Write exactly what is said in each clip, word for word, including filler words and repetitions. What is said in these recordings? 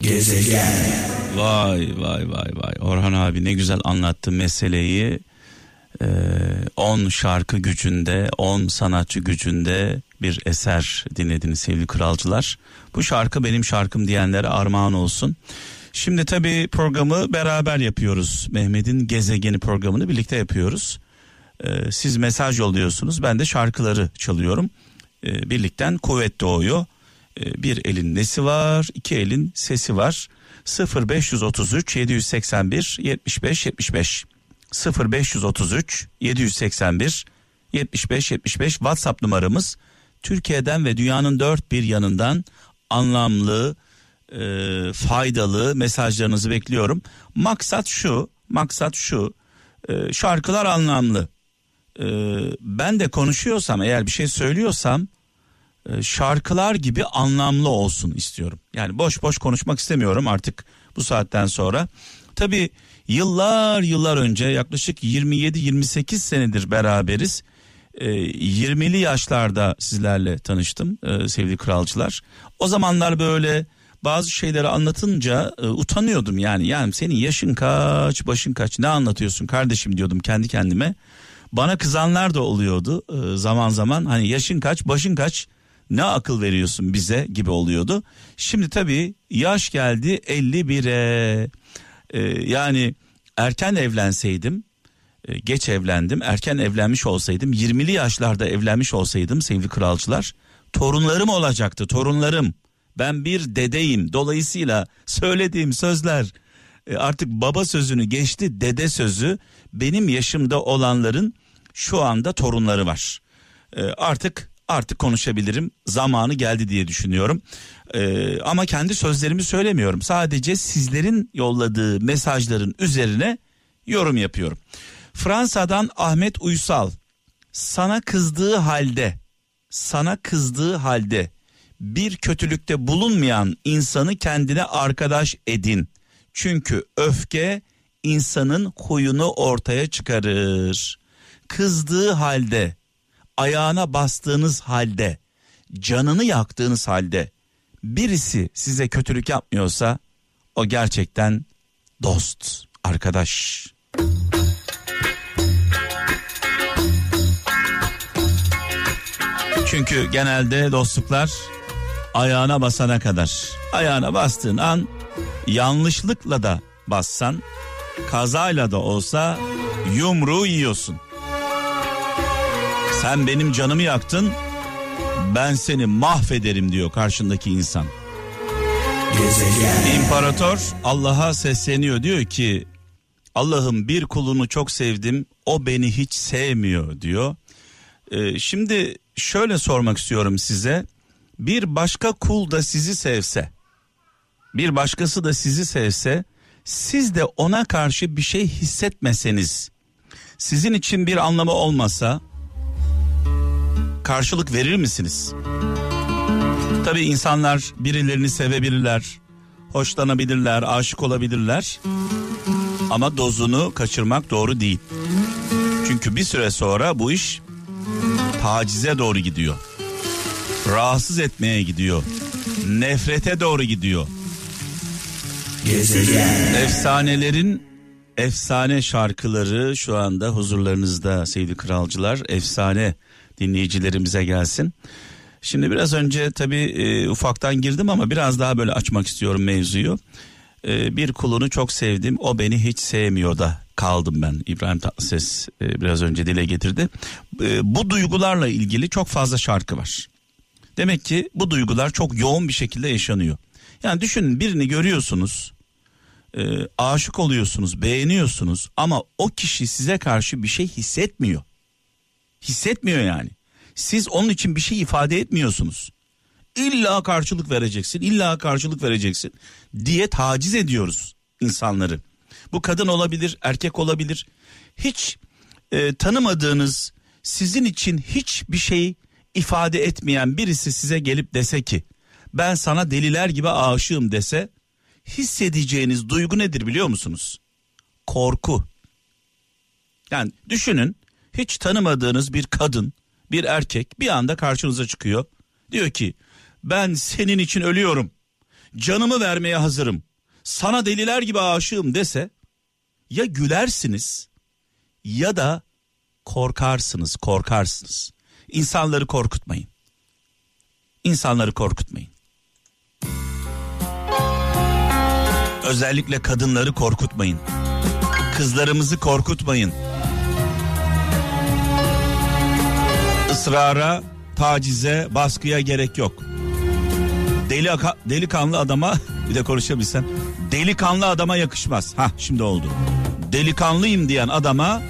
Gezegen. Vay vay vay vay. Orhan abi ne güzel anlattı meseleyi. on şarkı gücünde, on sanatçı gücünde bir eser dinlediniz sevgili kralcılar. Bu şarkı benim şarkım diyenlere armağan olsun. Şimdi tabii programı beraber yapıyoruz. Mehmet'in Gezegeni programını birlikte yapıyoruz. Ee, siz mesaj yolluyorsunuz, ben de şarkıları çalıyorum. Ee, birlikten kuvvet doğuyor. Ee, bir elin nesi var, iki elin sesi var. sıfır beş otuz üç yedi seksen bir yetmiş beş yetmiş beş sıfır beş otuz üç yedi seksen bir yetmiş beş yetmiş beş WhatsApp numaramız. Türkiye'den ve dünyanın dört bir yanından anlamlı, e, faydalı mesajlarınızı bekliyorum. Maksat şu, maksat şu, e, şarkılar anlamlı. E, ben de konuşuyorsam, eğer bir şey söylüyorsam, e, şarkılar gibi anlamlı olsun istiyorum. Yani boş boş konuşmak istemiyorum artık bu saatten sonra. Tabii yıllar yıllar önce, yaklaşık yirmi yedi yirmi sekiz senedir beraberiz. E, yirmili yaşlarda sizlerle tanıştım e, sevgili kralcılar. O zamanlar böyle bazı şeyleri anlatınca e, utanıyordum yani. Yani senin yaşın kaç, başın kaç, ne anlatıyorsun kardeşim diyordum kendi kendime. Bana kızanlar da oluyordu e, zaman zaman. Hani yaşın kaç, başın kaç, ne akıl veriyorsun bize gibi oluyordu. Şimdi tabii yaş geldi elli bire. E, yani erken evlenseydim, e, geç evlendim, erken evlenmiş olsaydım, yirmili yaşlarda evlenmiş olsaydım sevgili kralcılar, torunlarım olacaktı, torunlarım. Ben bir dedeyim, dolayısıyla söylediğim sözler e, artık baba sözünü geçti, dede sözü. Benim yaşımda olanların şu anda torunları var. E, artık artık konuşabilirim, zamanı geldi diye düşünüyorum. E, ama kendi sözlerimi söylemiyorum, sadece sizlerin yolladığı mesajların üzerine yorum yapıyorum. Fransa'dan Ahmet Uysal, sana kızdığı halde, sana kızdığı halde bir kötülükte bulunmayan insanı kendine arkadaş edin. Çünkü öfke insanın huyunu ortaya çıkarır. Kızdığı halde, ayağına bastığınız halde, canını yaktığınız halde birisi size kötülük yapmıyorsa o gerçekten dost, arkadaş. Çünkü genelde dostluklar ayağına basana kadar. Ayağına bastığın an, yanlışlıkla da bassan, kazayla da olsa yumruğu yiyorsun. Sen benim canımı yaktın, ben seni mahvederim diyor karşındaki insan. Gezegen. İmparator Allah'a sesleniyor, diyor ki Allah'ım bir kulunu çok sevdim, o beni hiç sevmiyor diyor. Ee, şimdi şöyle sormak istiyorum size, bir başka kul da sizi sevse, bir başkası da sizi sevse, siz de ona karşı bir şey hissetmeseniz, sizin için bir anlamı olmasa karşılık verir misiniz? Tabii insanlar birilerini sevebilirler, hoşlanabilirler, aşık olabilirler ama dozunu kaçırmak doğru değil. Çünkü bir süre sonra bu iş tacize doğru gidiyor, rahatsız etmeye gidiyor, nefrete doğru gidiyor. Gezegen. Efsanelerin efsane şarkıları şu anda huzurlarınızda sevgili kralcılar. Efsane dinleyicilerimize gelsin. Şimdi biraz önce tabii e, ufaktan girdim ama biraz daha böyle açmak istiyorum mevzuyu. E, bir kulunu çok sevdim, o beni hiç sevmiyor da kaldım ben. İbrahim Tatlıses e, biraz önce dile getirdi. E, bu duygularla ilgili çok fazla şarkı var. Demek ki bu duygular çok yoğun bir şekilde yaşanıyor. Yani düşünün, birini görüyorsunuz, e, aşık oluyorsunuz, beğeniyorsunuz ama o kişi size karşı bir şey hissetmiyor. Hissetmiyor yani. Siz onun için bir şey ifade etmiyorsunuz. İlla karşılık vereceksin, illa karşılık vereceksin diye taciz ediyoruz insanları. Bu kadın olabilir, erkek olabilir. Hiç e, tanımadığınız, sizin için hiçbir şey ifade etmeyen birisi size gelip dese ki ben sana deliler gibi aşığım dese, hissedeceğiniz duygu nedir biliyor musunuz? Korku. Yani düşünün, hiç tanımadığınız bir kadın, bir erkek bir anda karşınıza çıkıyor. Diyor ki ben senin için ölüyorum. canımı vermeye hazırım, sana deliler gibi aşığım dese, ya gülersiniz ya da korkarsınız, korkarsınız. İnsanları korkutmayın. İnsanları korkutmayın. Özellikle kadınları korkutmayın. Kızlarımızı korkutmayın. Israra, tacize, baskıya gerek yok. Deli, delikanlı adama, bir de konuşabilsem, delikanlı adama yakışmaz. Hah, şimdi oldu. Delikanlıyım diyen adama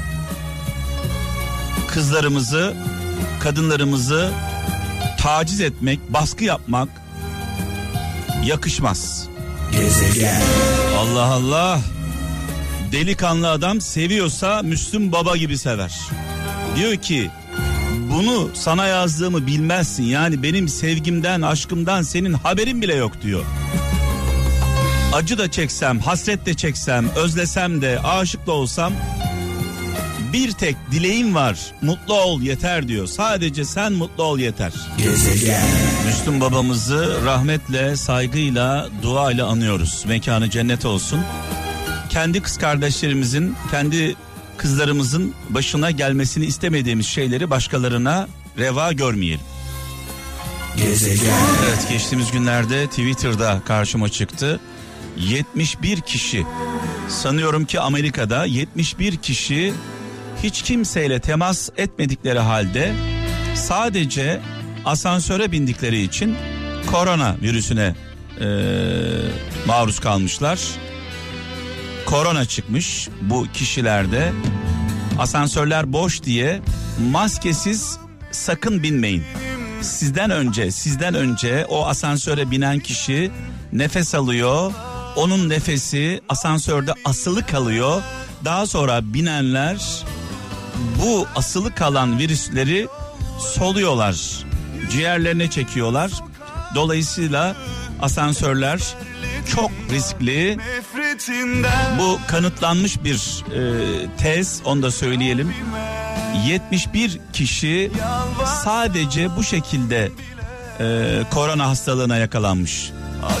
kızlarımızı, kadınlarımızı taciz etmek, baskı yapmak yakışmaz. Gezegen. Allah Allah. Delikanlı adam seviyorsa Müslüm Baba gibi sever. Diyor ki, bunu sana yazdığımı bilmezsin. Yani benim sevgimden, aşkımdan senin haberin bile yok diyor. Acı da çeksem, hasret de çeksem, özlesem de, aşık da olsam, bir tek dileğim var, mutlu ol yeter diyor. Sadece sen mutlu ol yeter. Gezegen. Müslüm babamızı rahmetle, saygıyla, duayla anıyoruz. Mekanı cennet olsun. Kendi kız kardeşlerimizin, kendi kızlarımızın başına gelmesini istemediğimiz şeyleri başkalarına reva görmeyelim. Gezegen. Evet, geçtiğimiz günlerde Twitter'da karşıma çıktı. yetmiş bir kişi, sanıyorum ki Amerika'da yetmiş bir kişi hiç kimseyle temas etmedikleri halde sadece asansöre bindikleri için korona virüsüne e, maruz kalmışlar. Korona çıkmış bu kişilerde. Asansörler boş diye maskesiz sakın binmeyin. Sizden önce, sizden önce o asansöre binen kişi nefes alıyor. Onun nefesi asansörde asılı kalıyor. Daha sonra binenler bu asılı kalan virüsleri soluyorlar. Ciğerlerine çekiyorlar. Dolayısıyla asansörler çok riskli. Bu kanıtlanmış bir e, tez, onu da söyleyelim. yetmiş bir kişi sadece bu şekilde e, korona hastalığına yakalanmış.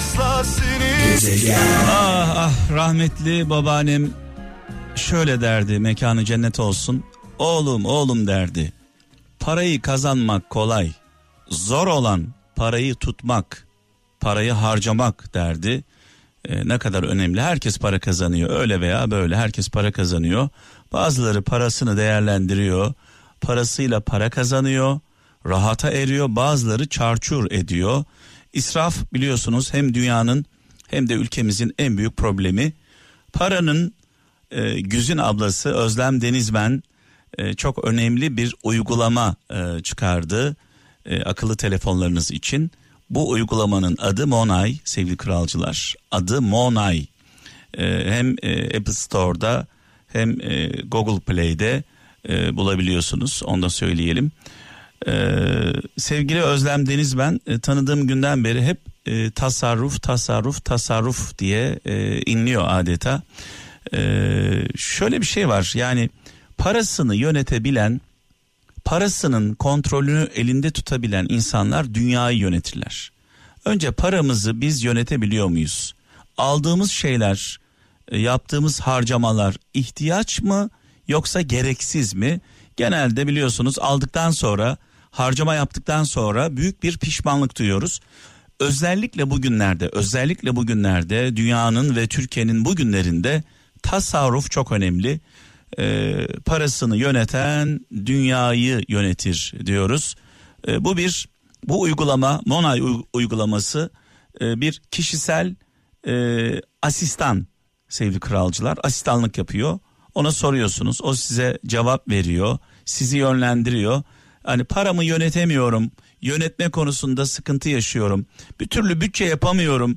Ah ah, rahmetli babaannem şöyle derdi, mekanı cennet olsun. Oğlum oğlum derdi. Parayı kazanmak kolay. Zor olan parayı tutmak, parayı harcamak derdi. Ee, ne kadar önemli. Herkes para kazanıyor, öyle veya böyle herkes para kazanıyor. Bazıları parasını değerlendiriyor, parasıyla para kazanıyor, rahata eriyor. Bazıları çarçur ediyor. İsraf, biliyorsunuz, hem dünyanın hem de ülkemizin en büyük problemi. Paranın e, Güzin ablası Özlem Denizmen e, çok önemli bir uygulama e, çıkardı e, akıllı telefonlarınız için. Bu uygulamanın adı Monay sevgili kralcılar. Adı Monay. E, hem e, Apple Store'da hem e, Google Play'de e, bulabiliyorsunuz. Onu da söyleyelim. E, sevgili Özlem Denizmen e, tanıdığım günden beri hep e, tasarruf, tasarruf, tasarruf diye e, inliyor adeta. E, şöyle bir şey var, yani parasını yönetebilen, parasının kontrolünü elinde tutabilen insanlar dünyayı yönetirler. Önce paramızı biz yönetebiliyor muyuz? Aldığımız şeyler, yaptığımız harcamalar ihtiyaç mı yoksa gereksiz mi? Genelde biliyorsunuz aldıktan sonra, harcama yaptıktan sonra büyük bir pişmanlık duyuyoruz. Özellikle bugünlerde, özellikle bugünlerde dünyanın ve Türkiye'nin bugünlerinde tasarruf çok önemli. Ee, parasını yöneten dünyayı yönetir diyoruz. Ee, bu bir bu uygulama, Monay uygulaması e, bir kişisel e, asistan sevgili kralcılar, asistanlık yapıyor. Ona soruyorsunuz, o size cevap veriyor, sizi yönlendiriyor. Hani paramı yönetemiyorum, yönetme konusunda sıkıntı yaşıyorum, bir türlü bütçe yapamıyorum,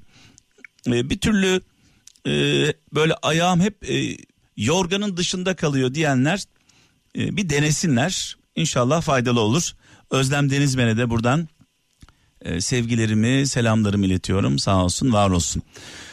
e, bir türlü e, böyle ayağım hep e, yorganın dışında kalıyor diyenler e, bir denesinler. İnşallah faydalı olur. Özlem Denizmen'e de buradan e, sevgilerimi, selamlarımı iletiyorum. Sağ olsun, var olsun.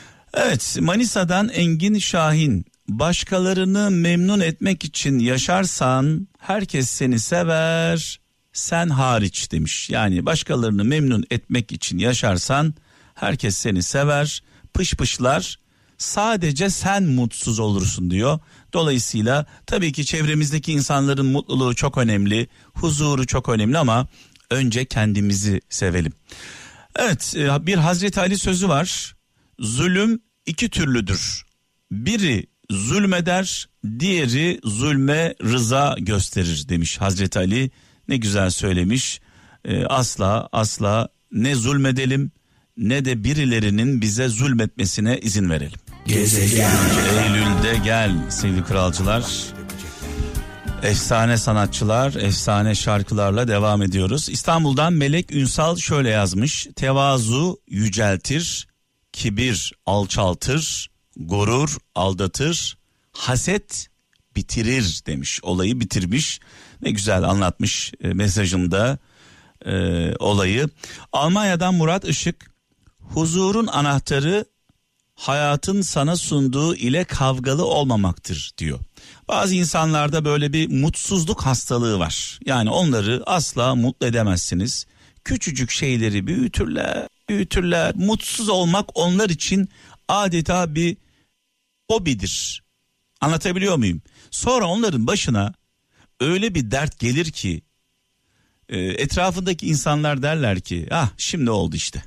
Evet, Manisa'dan Engin Şahin. Başkalarını memnun etmek için yaşarsan herkes seni sever, sen hariç demiş. Yani başkalarını memnun etmek için yaşarsan Herkes seni sever, pış pışlar. Sadece sen mutsuz olursun diyor. Dolayısıyla tabii ki çevremizdeki insanların mutluluğu çok önemli, huzuru çok önemli ama önce kendimizi sevelim. Evet, bir Hazreti Ali sözü var. Zulüm iki türlüdür. Biri zulmeder, diğeri zulme rıza gösterir demiş Hazreti Ali. Ne güzel söylemiş. Ee, asla asla ne zulmedelim ne de birilerinin bize zulmetmesine izin verelim. Gezegen. Eylül'de gel sevgili kralcılar. Efsane sanatçılar, efsane şarkılarla devam ediyoruz. İstanbul'dan Melek Ünsal şöyle yazmış. Tevazu yüceltir, kibir alçaltır, gurur aldatır, haset bitirir demiş. Olayı bitirmiş. Ne güzel anlatmış e, mesajında e, olayı. Almanya'dan Murat Işık, huzurun anahtarı hayatın sana sunduğu ile kavgalı olmamaktır diyor. Bazı insanlarda böyle bir mutsuzluk hastalığı var. Yani onları asla mutlu edemezsiniz. Küçücük şeyleri büyütürler, büyütürler. Mutsuz olmak onlar için adeta bir hobidir. Anlatabiliyor muyum? Sonra onların başına öyle bir dert gelir ki etrafındaki insanlar derler ki ah şimdi oldu işte.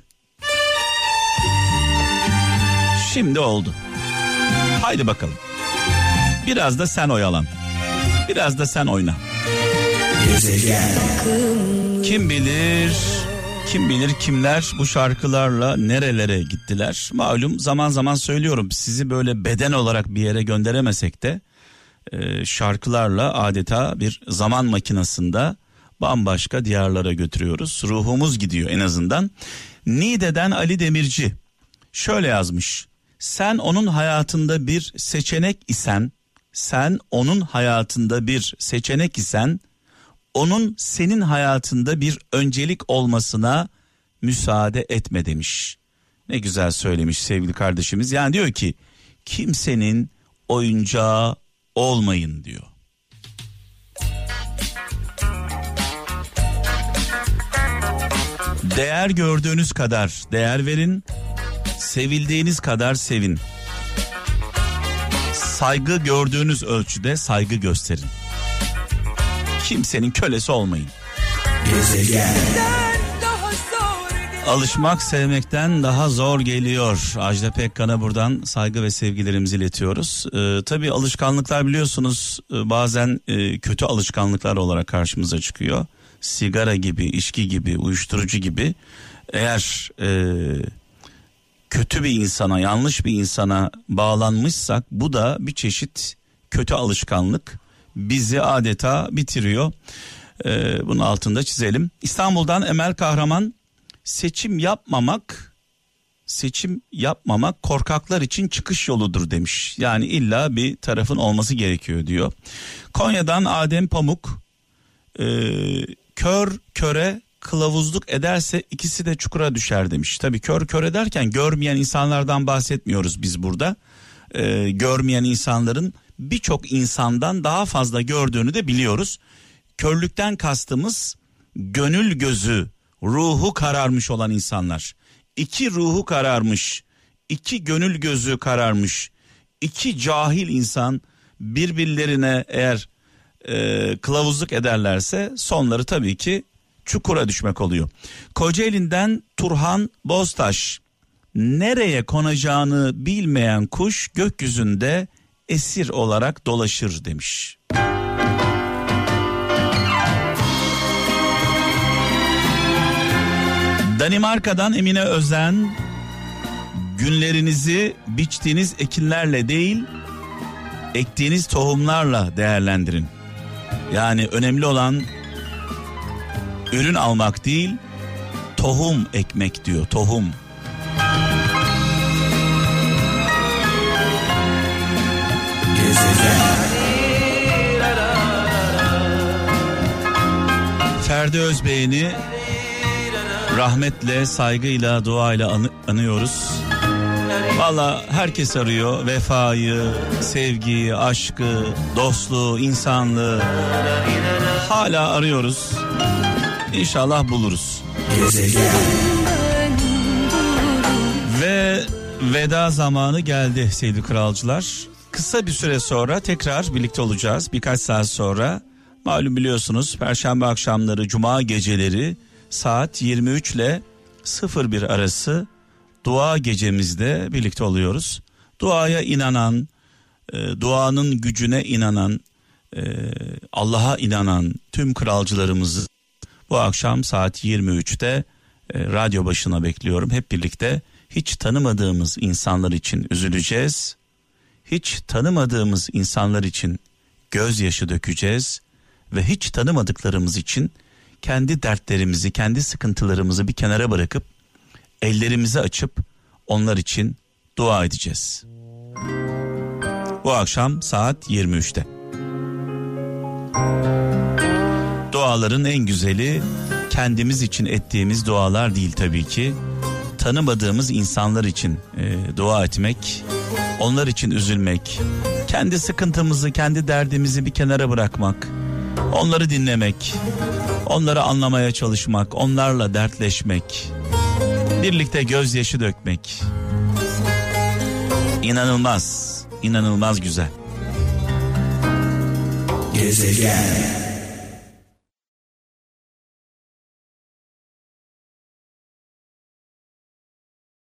Şimdi oldu. Haydi bakalım. Biraz da sen oyalan. Biraz da sen oyna. Gezegen. Kim bilir, kim bilir kimler bu şarkılarla nerelere gittiler. Malum zaman zaman söylüyorum, sizi böyle beden olarak bir yere gönderemesek de e, şarkılarla adeta bir zaman makinasında bambaşka diyarlara götürüyoruz. Ruhumuz gidiyor en azından. Niğde'den Ali Demirci şöyle yazmış. Sen onun hayatında bir seçenek isen, sen onun hayatında bir seçenek isen, onun senin hayatında bir öncelik olmasına müsaade etme demiş. Ne güzel söylemiş sevgili kardeşimiz. Yani diyor ki kimsenin oyuncağı olmayın diyor. Değer gördüğünüz kadar değer verin, sevildiğiniz kadar sevin. Saygı gördüğünüz ölçüde saygı gösterin. Kimsenin kölesi olmayın. Gezegen. Alışmak sevmekten daha zor geliyor. Ajda Pekkan'a buradan saygı ve sevgilerimizi iletiyoruz. Ee, tabii alışkanlıklar biliyorsunuz bazen e, kötü alışkanlıklar olarak karşımıza çıkıyor. Sigara gibi, içki gibi, uyuşturucu gibi. Eğer e, kötü bir insana, yanlış bir insana bağlanmışsak bu da bir çeşit kötü alışkanlık. Bizi adeta bitiriyor. Ee, bunun altında çizelim. İstanbul'dan Emel Kahraman, seçim yapmamak, seçim yapmamak korkaklar için çıkış yoludur demiş. Yani illa bir tarafın olması gerekiyor diyor. Konya'dan Adem Pamuk, e, kör köre kılavuzluk ederse ikisi de çukura düşer demiş. Tabii kör köre derken görmeyen insanlardan bahsetmiyoruz biz burada. Ee, görmeyen insanların birçok insandan daha fazla gördüğünü de biliyoruz. Körlükten kastımız gönül gözü, ruhu kararmış olan insanlar. İki ruhu kararmış, iki gönül gözü kararmış, iki cahil insan birbirlerine eğer e, kılavuzluk ederlerse sonları tabii ki çukura düşmek oluyor. Kocaeli'nden Turhan Boztaş, nereye konacağını bilmeyen kuş gökyüzünde esir olarak dolaşır demiş. Danimarka'dan Emine Özen, günlerinizi biçtiğiniz ekinlerle değil, ektiğiniz tohumlarla değerlendirin. Yani önemli olan ürün almak değil, tohum ekmek diyor, tohum. Ferdi Özbey'ini rahmetle, saygıyla, duayla anı, anıyoruz. Valla herkes arıyor vefayı, sevgiyi, aşkı, dostluğu, insanlığı. Hala arıyoruz. İnşallah buluruz. Gezegen. Veda zamanı geldi sevgili kralcılar. Kısa bir süre sonra tekrar birlikte olacağız. Birkaç saat sonra, malum biliyorsunuz, Perşembe akşamları, Cuma geceleri saat yirmi üç ile sıfır bir arası dua gecemizde birlikte oluyoruz. Duaya inanan, e, duanın gücüne inanan, e, Allah'a inanan tüm kralcılarımızı bu akşam saat yirmi üçte e, radyo başına bekliyorum. Hep birlikte hiç tanımadığımız insanlar için üzüleceğiz. Hiç tanımadığımız insanlar için gözyaşı dökeceğiz ve hiç tanımadıklarımız için kendi dertlerimizi, kendi sıkıntılarımızı bir kenara bırakıp ellerimizi açıp onlar için dua edeceğiz. Bu akşam saat yirmi üçte. Duaların en güzeli kendimiz için ettiğimiz dualar değil tabii ki. Tanımadığımız insanlar için e, dua etmek, onlar için üzülmek, kendi sıkıntımızı, kendi derdimizi bir kenara bırakmak, onları dinlemek, onları anlamaya çalışmak, onlarla dertleşmek, birlikte gözyaşı dökmek. İnanılmaz, inanılmaz güzel. Gezegen.